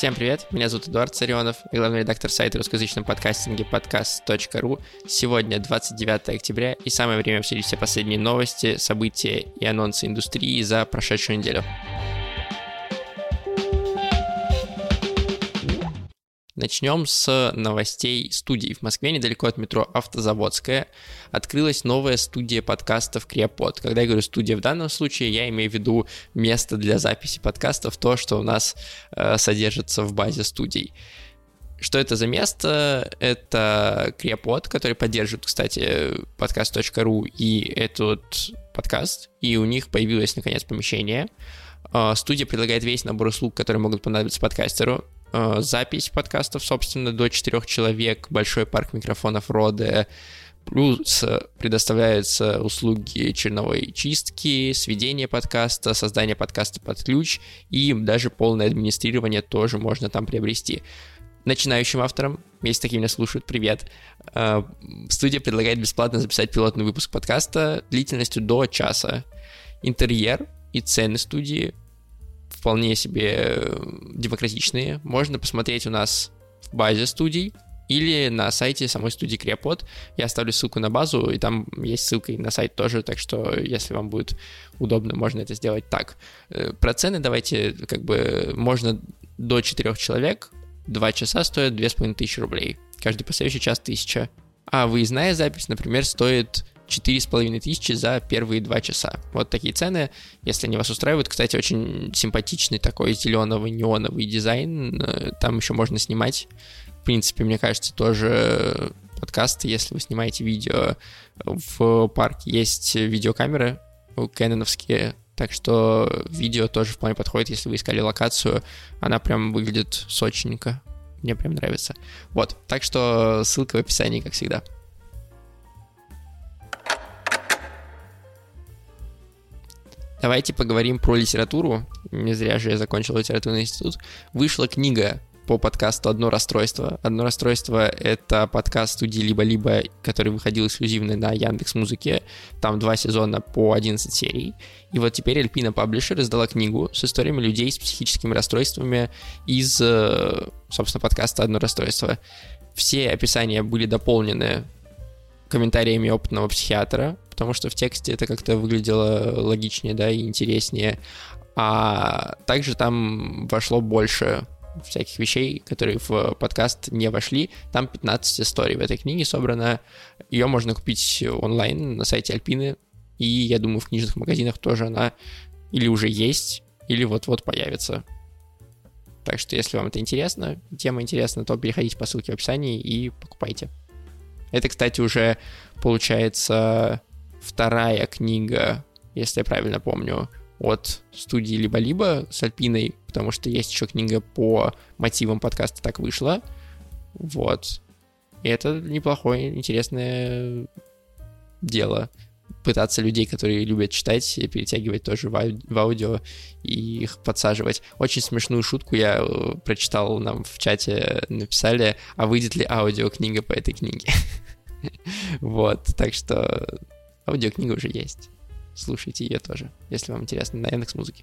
Всем привет, меня зовут Эдуард Царионов, я главный редактор сайта русскоязычном подкастинге podcast.ru. Сегодня 29 октября, и самое время обсудить все последние новости, события и анонсы индустрии за прошедшую неделю. Начнем с новостей студий. В Москве, недалеко от метро Автозаводская, открылась новая студия подкастов Creapod. Когда я говорю студия в данном случае, я имею в виду место для записи подкастов, то, что у нас содержится в базе студий. Что это за место? Это Creapod, который поддерживает, кстати, podcast.ru и этот подкаст, и у них появилось, наконец, помещение. Студия предлагает весь набор услуг, которые могут понадобиться подкастеру. Запись подкастов, собственно, до 4 человек, большой парк микрофонов Rode, плюс предоставляются услуги черновой чистки, сведения подкаста, создание подкаста под ключ и даже полное администрирование тоже можно там приобрести. Начинающим авторам, если такие меня слушают, привет, студия предлагает бесплатно записать пилотный выпуск подкаста длительностью до часа. Интерьер и цены студии вполне себе демократичные. Можно посмотреть у нас в базе студий или на сайте самой студии Creapod. Я оставлю ссылку на базу, и там есть ссылка и на сайт тоже, так что если вам будет удобно, можно это сделать так. Про цены давайте, можно до 4 человек, 2 часа стоит 2500 рублей. Каждый последующий час 1000. А выездная запись, например, стоит 4500 за первые 2 часа. Вот такие цены, если они вас устраивают. Кстати, очень симпатичный такой зеленово-неоновый дизайн. Там еще можно снимать. В принципе, мне кажется, тоже подкасты, если вы снимаете видео. В парке есть видеокамеры кэноновские, так что видео тоже вполне подходит, если вы искали локацию. Она прям выглядит сочненько. Мне прям нравится. Вот, так что ссылка в описании, как всегда. Давайте поговорим про литературу. Не зря же я закончил литературный институт. Вышла книга по подкасту «Одно расстройство». «Одно расстройство» — это подкаст студии «Либо-либо», который выходил эксклюзивно на Яндекс.Музыке. Там 2 сезона по 11 серий. И вот теперь Альпина Паблишер издала книгу с историями людей с психическими расстройствами из, собственно, подкаста «Одно расстройство». Все описания были дополнены комментариями опытного психиатра, потому что в тексте это как-то выглядело логичнее, да, и интереснее. А также там вошло больше всяких вещей, которые в подкаст не вошли. Там 15 историй в этой книге собрано. Ее можно купить онлайн на сайте Альпины, и я думаю, в книжных магазинах тоже она или уже есть, или вот-вот появится. Так что, если вам это интересно, тема интересна, то переходите по ссылке в описании и покупайте. Это, кстати, уже получается 2-я книга, если я правильно помню, от студии «Либо-либо» с Альпиной, потому что есть еще книга по мотивам подкаста «Так вышло». Вот. И это неплохое, интересное дело. Пытаться людей, которые любят читать, перетягивать тоже в аудио и их подсаживать. Очень смешную шутку я прочитал, нам в чате написали, а выйдет ли аудиокнига по этой книге? Вот, так что аудиокнига уже есть. Слушайте ее тоже, если вам интересно, на Яндекс.Музыке.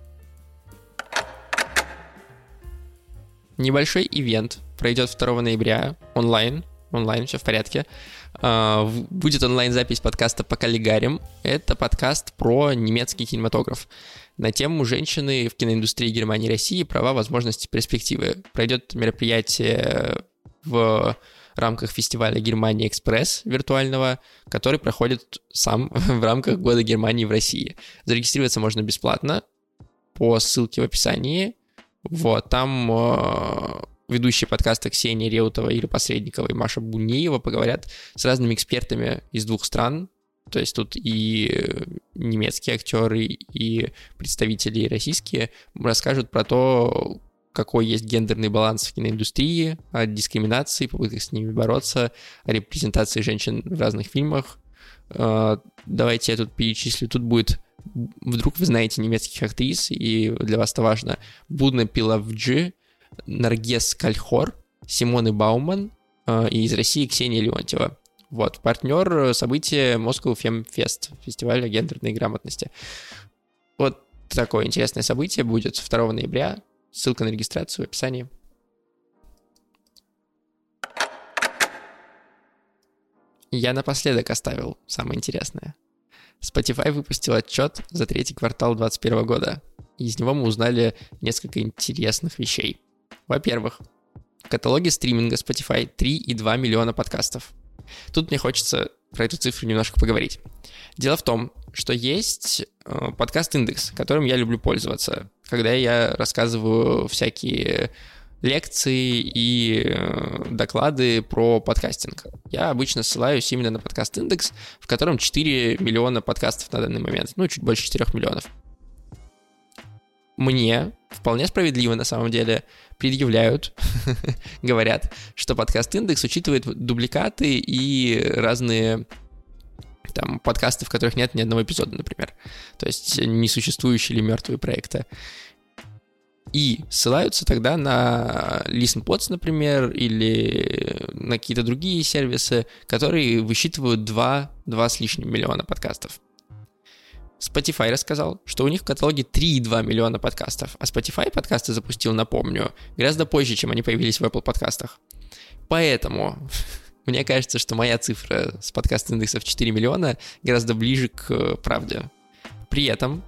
Небольшой ивент пройдет 2 ноября онлайн, все в порядке. Будет онлайн-запись подкаста «Пока лигарим». Это подкаст про немецкий кинематограф на тему «Женщины в киноиндустрии Германии и России. Права, возможности, перспективы». Пройдет мероприятие в рамках фестиваля «Германия Экспресс» виртуального, который проходит сам в рамках Года Германии в России. Зарегистрироваться можно бесплатно по ссылке в описании. Вот, там ведущие подкаста Ксения Реутова, Ира Посредникова и Маша Бунеева поговорят с разными экспертами из 2 стран. То есть тут и немецкие актеры, и представители российские расскажут про то, какой есть гендерный баланс в киноиндустрии, о дискриминации, попытках с ними бороться, о репрезентации женщин в разных фильмах. Давайте я тут перечислю. Тут будет, вдруг вы знаете немецких актрис, и для вас это важно, Будна Пилавджи, Наргиз Кальхор, Симоны Бауман и из России Ксения Леонтьева. Вот, партнер события Moscow Fem Fest, фестиваля гендерной грамотности. Вот такое интересное событие будет 2 ноября. Ссылка на регистрацию в описании. Я напоследок оставил самое интересное. Spotify выпустил отчет за третий квартал 2021 года. Из него мы узнали несколько интересных вещей. Во-первых, в каталоге стриминга Spotify 3,2 миллиона подкастов. Тут мне хочется про эту цифру немножко поговорить. Дело в том, что есть подкаст-индекс, которым я люблю пользоваться, когда я рассказываю всякие лекции и доклады про подкастинг. Я обычно ссылаюсь именно на подкаст-индекс, в котором 4 миллиона подкастов на данный момент, чуть больше 4 миллионов. Мне вполне справедливо, на самом деле, предъявляют, говорят, что подкаст-индекс учитывает дубликаты и разные там подкасты, в которых нет ни одного эпизода, например. То есть несуществующие или мертвые проекты. И ссылаются тогда на ListenPods, например, или на какие-то другие сервисы, которые высчитывают 2 с лишним миллиона подкастов. Spotify рассказал, что у них в каталоге 3,2 миллиона подкастов, а Spotify подкасты запустил, напомню, гораздо позже, чем они появились в Apple подкастах. Поэтому мне кажется, что моя цифра с подкаст-индексов 4 миллиона гораздо ближе к правде. При этом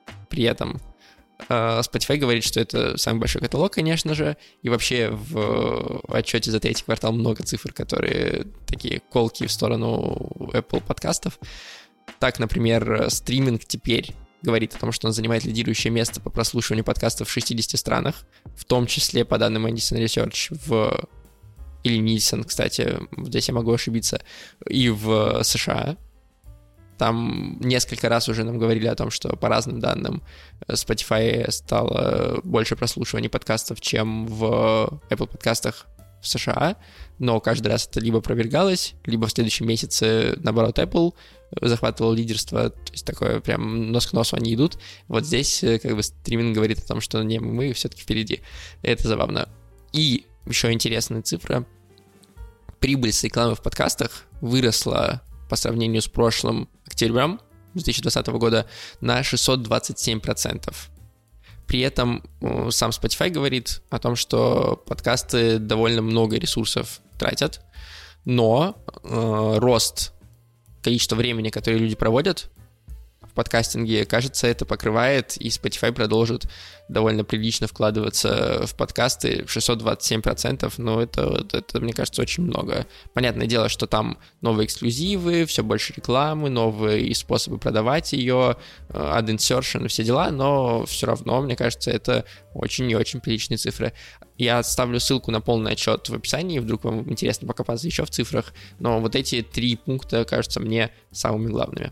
Spotify говорит, что это самый большой каталог, конечно же, и вообще в отчете за третий квартал много цифр, которые такие колки в сторону Apple подкастов. Так, например, стриминг теперь говорит о том, что он занимает лидирующее место по прослушиванию подкастов в 60 странах, в том числе, по данным Edison Research, или Nielsen, кстати, здесь я могу ошибиться, и в США. Там несколько раз уже нам говорили о том, что по разным данным Spotify стало больше прослушиваний подкастов, чем в Apple подкастах в США, но каждый раз это либо провергалось, либо в следующем месяце, наоборот, Apple захватывал лидерство, то есть такое прям нос к носу они идут. Вот здесь как бы стриминг говорит о том, что не, мы все-таки впереди. Это забавно. И еще интересная цифра. Прибыль с рекламы в подкастах выросла по сравнению с прошлым октябрем 2020 года на 627%. При этом сам Spotify говорит о том, что подкасты довольно много ресурсов тратят, но рост количества времени, которое люди проводят в подкастинге, кажется, это покрывает, и Spotify продолжит довольно прилично вкладываться в подкасты, 627%, но это, мне кажется, очень много. Понятное дело, что там новые эксклюзивы, все больше рекламы, новые способы продавать ее, ad insertion и все дела, но все равно, мне кажется, это очень и очень приличные цифры. Я оставлю ссылку на полный отчет в описании, вдруг вам интересно покопаться еще в цифрах, но вот эти 3 пункта кажутся мне самыми главными.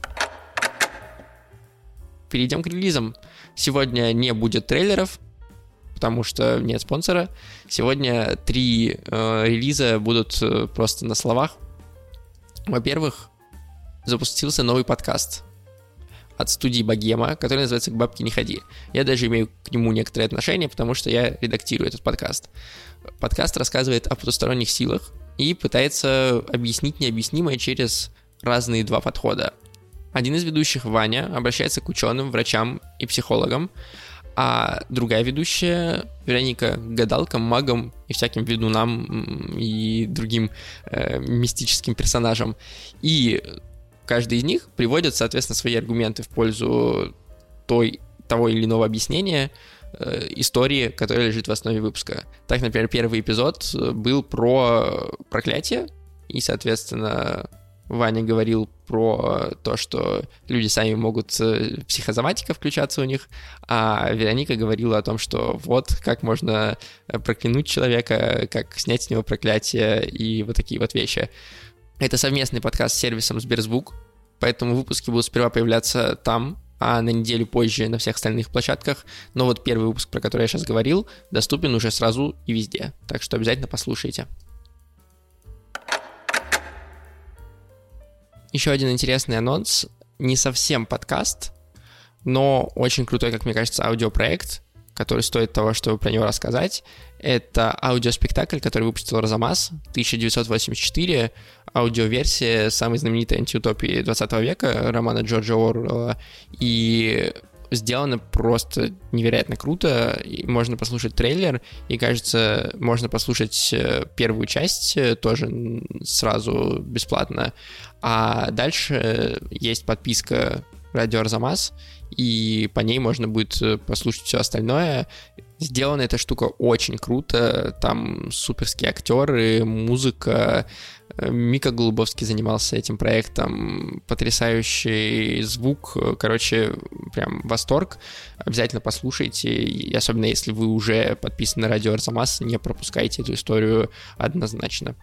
Перейдем к релизам. Сегодня не будет трейлеров, потому что нет спонсора. Сегодня 3 релиза будут просто на словах. Во-первых, запустился новый подкаст от студии Богема, который называется «К бабке не ходи». Я даже имею к нему некоторые отношения, потому что я редактирую этот подкаст. Подкаст рассказывает о потусторонних силах и пытается объяснить необъяснимое через разные 2 подхода. Один из ведущих, Ваня, обращается к ученым, врачам и психологам, а другая ведущая, Вероника, к гадалкам, магам и всяким ведунам и другим мистическим персонажам. И каждый из них приводит, соответственно, свои аргументы в пользу того или иного объяснения истории, которая лежит в основе выпуска. Так, например, первый эпизод был про проклятие, и, соответственно, Ваня говорил про то, что люди сами могут психосоматика включаться у них, а Вероника говорила о том, что вот как можно проклянуть человека, как снять с него проклятие и вот такие вот вещи. Это совместный подкаст с сервисом Сберзвук, поэтому выпуски будут сперва появляться там, а на неделю позже на всех остальных площадках. Но вот первый выпуск, про который я сейчас говорил, доступен уже сразу и везде, так что обязательно послушайте. Еще один интересный анонс, не совсем подкаст, но очень крутой, как мне кажется, аудиопроект, который стоит того, чтобы про него рассказать. Это аудиоспектакль, который выпустил Арзамас, 1984, аудиоверсия самой знаменитой антиутопии 20 века, романа Джорджа Оруэлла. И сделано просто невероятно круто. И можно послушать трейлер, и, кажется, можно послушать первую часть тоже сразу бесплатно. А дальше есть подписка «Радио Арзамас», и по ней можно будет послушать все остальное. Сделана эта штука очень круто, там суперские актеры, музыка. Мика Голубовский занимался этим проектом, потрясающий звук, короче, прям восторг. Обязательно послушайте, и особенно если вы уже подписаны на Радио Арзамас, не пропускайте эту историю однозначно.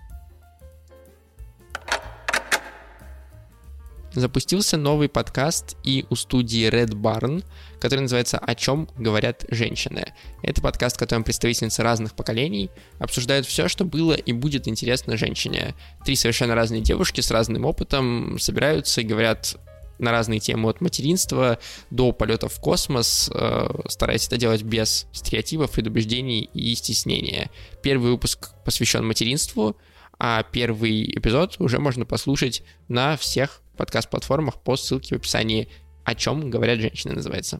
Запустился новый подкаст и у студии Red Barn, который называется «О чем говорят женщины». Это подкаст, в котором представительницы разных поколений обсуждают все, что было и будет интересно женщине. 3 совершенно разные девушки с разным опытом собираются и говорят на разные темы, от материнства до полетов в космос, стараясь это делать без стереотипов, предубеждений и стеснения. Первый выпуск посвящен материнству, а первый эпизод уже можно послушать на всех подкаст-платформах по ссылке в описании. «О чем говорят женщины» называется.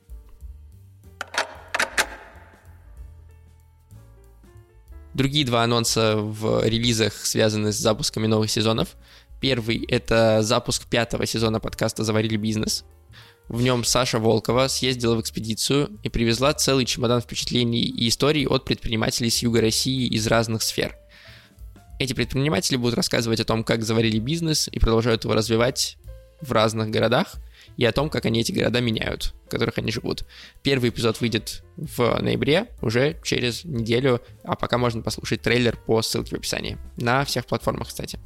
Другие 2 анонса в релизах связаны с запусками новых сезонов. Первый — это запуск 5-го сезона подкаста «Заварили бизнес». В нем Саша Волкова съездила в экспедицию и привезла целый чемодан впечатлений и историй от предпринимателей с юга России из разных сфер. Эти предприниматели будут рассказывать о том, как заварили бизнес и продолжают его развивать в разных городах, и о том, как они эти города меняют, в которых они живут. Первый эпизод выйдет в ноябре, уже через неделю, а пока можно послушать трейлер по ссылке в описании. На всех платформах, кстати.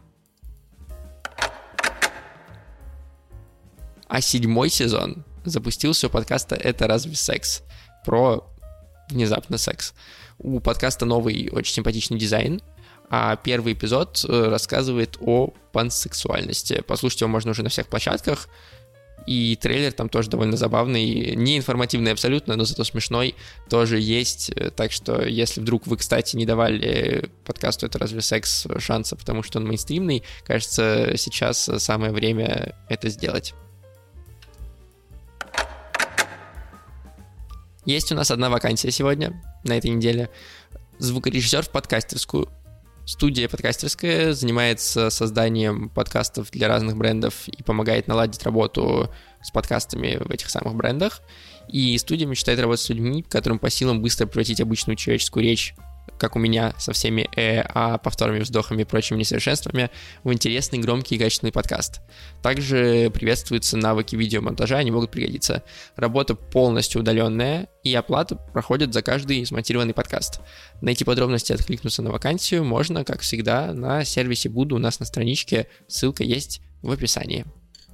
А 7-й сезон запустился у подкаста «Это разве секс?» про внезапно секс. У подкаста новый очень симпатичный дизайн, а первый эпизод рассказывает о пансексуальности. Послушать его можно уже на всех площадках, и трейлер там тоже довольно забавный, не информативный абсолютно, но зато смешной тоже есть, так что если вдруг вы, кстати, не давали подкасту «Это разве секс» шанса, потому что он мейнстримный, кажется, сейчас самое время это сделать. Есть у нас одна вакансия сегодня, на этой неделе. Звукорежиссер в подкастерскую. Студия подкастерская занимается созданием подкастов для разных брендов и помогает наладить работу с подкастами в этих самых брендах. И студия мечтает работать с людьми, которым по силам быстро превратить обычную человеческую речь, как у меня, со всеми повторами, вздохами и прочими несовершенствами, в интересный, громкий и качественный подкаст. Также приветствуются навыки видеомонтажа, они могут пригодиться. Работа полностью удаленная, и оплата проходит за каждый смонтированный подкаст. Найти подробности и откликнуться на вакансию можно, как всегда, на сервисе Буду у нас на страничке, ссылка есть в описании.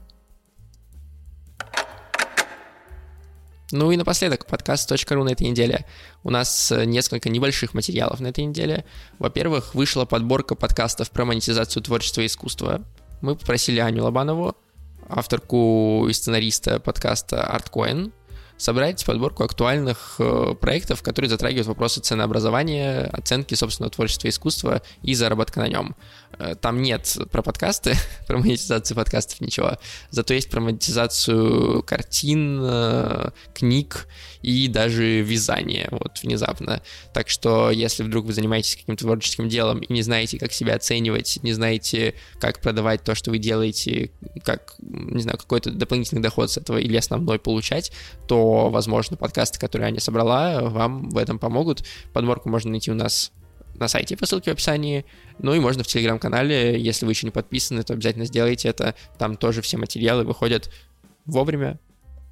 Ну и напоследок, подкаст.ру на этой неделе. У нас несколько небольших материалов на этой неделе. Во-первых, вышла подборка подкастов про монетизацию творчества и искусства. Мы попросили Аню Лобанову, авторку и сценариста подкаста ArtCoin, собрать подборку актуальных проектов, которые затрагивают вопросы ценообразования, оценки собственного творчества и искусства и заработка на нем. Там нет про подкасты, про монетизацию подкастов ничего, зато есть про монетизацию картин, книг и даже вязания, вот внезапно. Так что, если вдруг вы занимаетесь каким-то творческим делом и не знаете, как себя оценивать, не знаете, как продавать то, что вы делаете, как, не знаю, какой-то дополнительный доход с этого или основной получать, то, возможно, подкасты, которые Аня собрала, вам в этом помогут. Подборку можно найти у нас на сайте по ссылке в описании, ну и можно в телеграм-канале, если вы еще не подписаны, то обязательно сделайте это, там тоже все материалы выходят вовремя.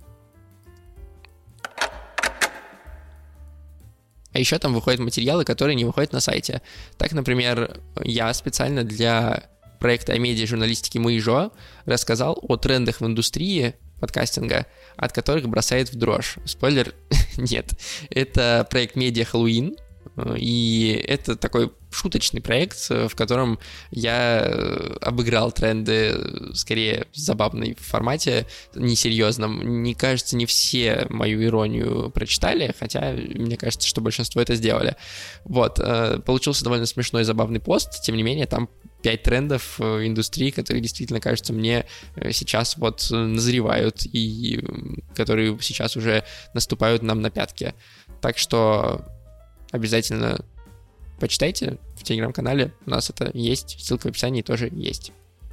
А еще там выходят материалы, которые не выходят на сайте. Так, например, я специально для проекта о медиа-журналистике «Мы и Жо» рассказал о трендах в индустрии подкастинга, от которых бросает в дрожь. Спойлер, нет. Это проект «Медиа Хэллоуин», и это такой шуточный проект, в котором я обыграл тренды скорее в забавной формате, несерьезном. Мне кажется, не все мою иронию прочитали, хотя мне кажется, что большинство это сделали. Вот, получился довольно смешной и забавный пост, тем не менее, там 5 трендов индустрии, которые действительно, кажется, мне сейчас вот назревают и которые сейчас уже наступают нам на пятки. Так что обязательно почитайте в Телеграм-канале, у нас это есть, ссылка в описании тоже есть.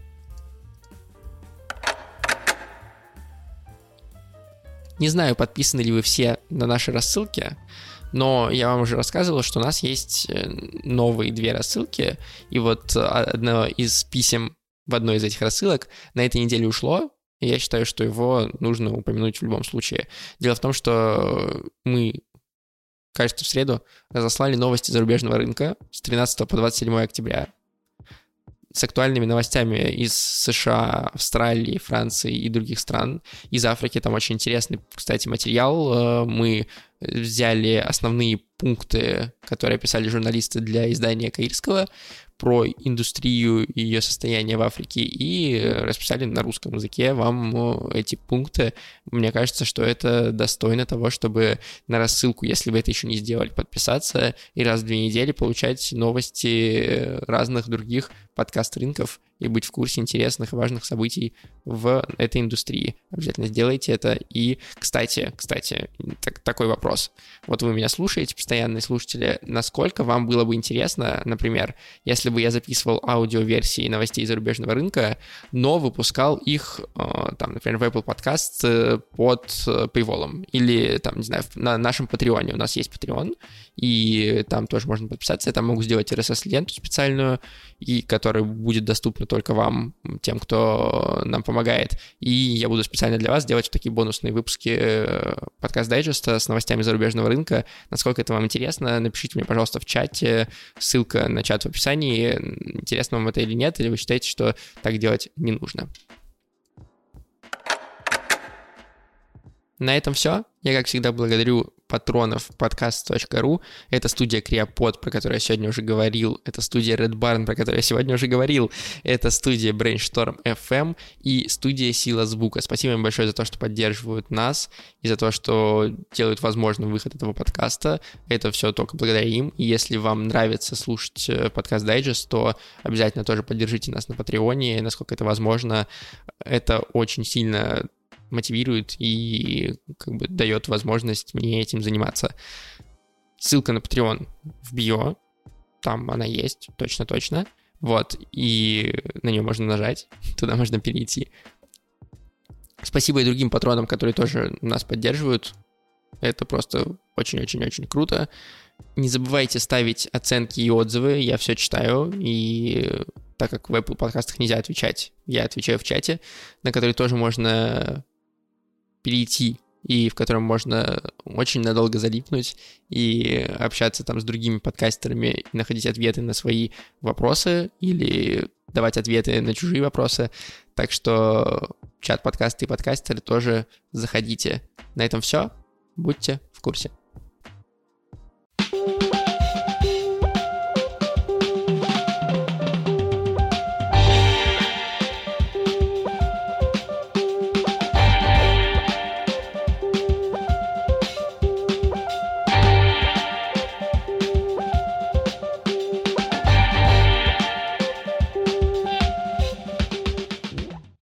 Не знаю, подписаны ли вы все на наши рассылки, но я вам уже рассказывал, что у нас есть новые 2 рассылки, и вот одно из писем в одной из этих рассылок на этой неделе ушло, и я считаю, что его нужно упомянуть в любом случае. Дело в том, что мы, кажется, в среду разослали новости зарубежного рынка с 13 по 27 октября с актуальными новостями из США, Австралии, Франции и других стран. Из Африки там очень интересный, кстати, материал. Мы взяли основные пункты, которые описали журналисты для издания Каирского, про индустрию и ее состояние в Африке, и расписали на русском языке вам эти пункты. Мне кажется, что это достойно того, чтобы на рассылку, если вы это еще не сделали, подписаться и раз в 2 недели получать новости разных других подкаст-рынков и быть в курсе интересных и важных событий в этой индустрии. Обязательно сделайте это. И, кстати, такой вопрос. Вот вы меня слушаете, постоянные слушатели, насколько вам было бы интересно, например, если бы я записывал аудиоверсии новостей зарубежного рынка, но выпускал их, там, например, в Apple Podcast под paywall, или, там, не знаю, на нашем Patreon. У нас есть Patreon, и там тоже можно подписаться. Я там могу сделать RSS-ленту специальную, и которая будет доступна только вам, тем, кто нам помогает. И я буду специально для вас делать такие бонусные выпуски подкаст-дайджеста с новостями зарубежного рынка. Насколько это вам интересно, напишите мне, пожалуйста, в чате. Ссылка на чат в описании. Интересно вам это или нет, или вы считаете, что так делать не нужно. На этом все. Я, как всегда, благодарю патронов podcast.ru. Это студия CreaPod, про которую я сегодня уже говорил. Это студия Red Barn, про которую я сегодня уже говорил. Это студия Brainstorm FM и студия Сила Звука. Спасибо им большое за то, что поддерживают нас и за то, что делают возможным выход этого подкаста. Это все только благодаря им. И если вам нравится слушать подкаст Digest, то обязательно тоже поддержите нас на Патреоне, насколько это возможно. Это очень сильно мотивирует и как бы дает возможность мне этим заниматься. Ссылка на Patreon в био, там она есть, точно-точно. Вот, и на нее можно нажать, туда можно перейти. Спасибо и другим патронам, которые тоже нас поддерживают. Это просто очень-очень-очень круто. Не забывайте ставить оценки и отзывы, я все читаю, и так как в Apple подкастах нельзя отвечать, я отвечаю в чате, на который тоже можно перейти, и в котором можно очень надолго залипнуть и общаться там с другими подкастерами, и находить ответы на свои вопросы или давать ответы на чужие вопросы. Так что чат подкасты и подкастеры тоже заходите. На этом все. Будьте в курсе.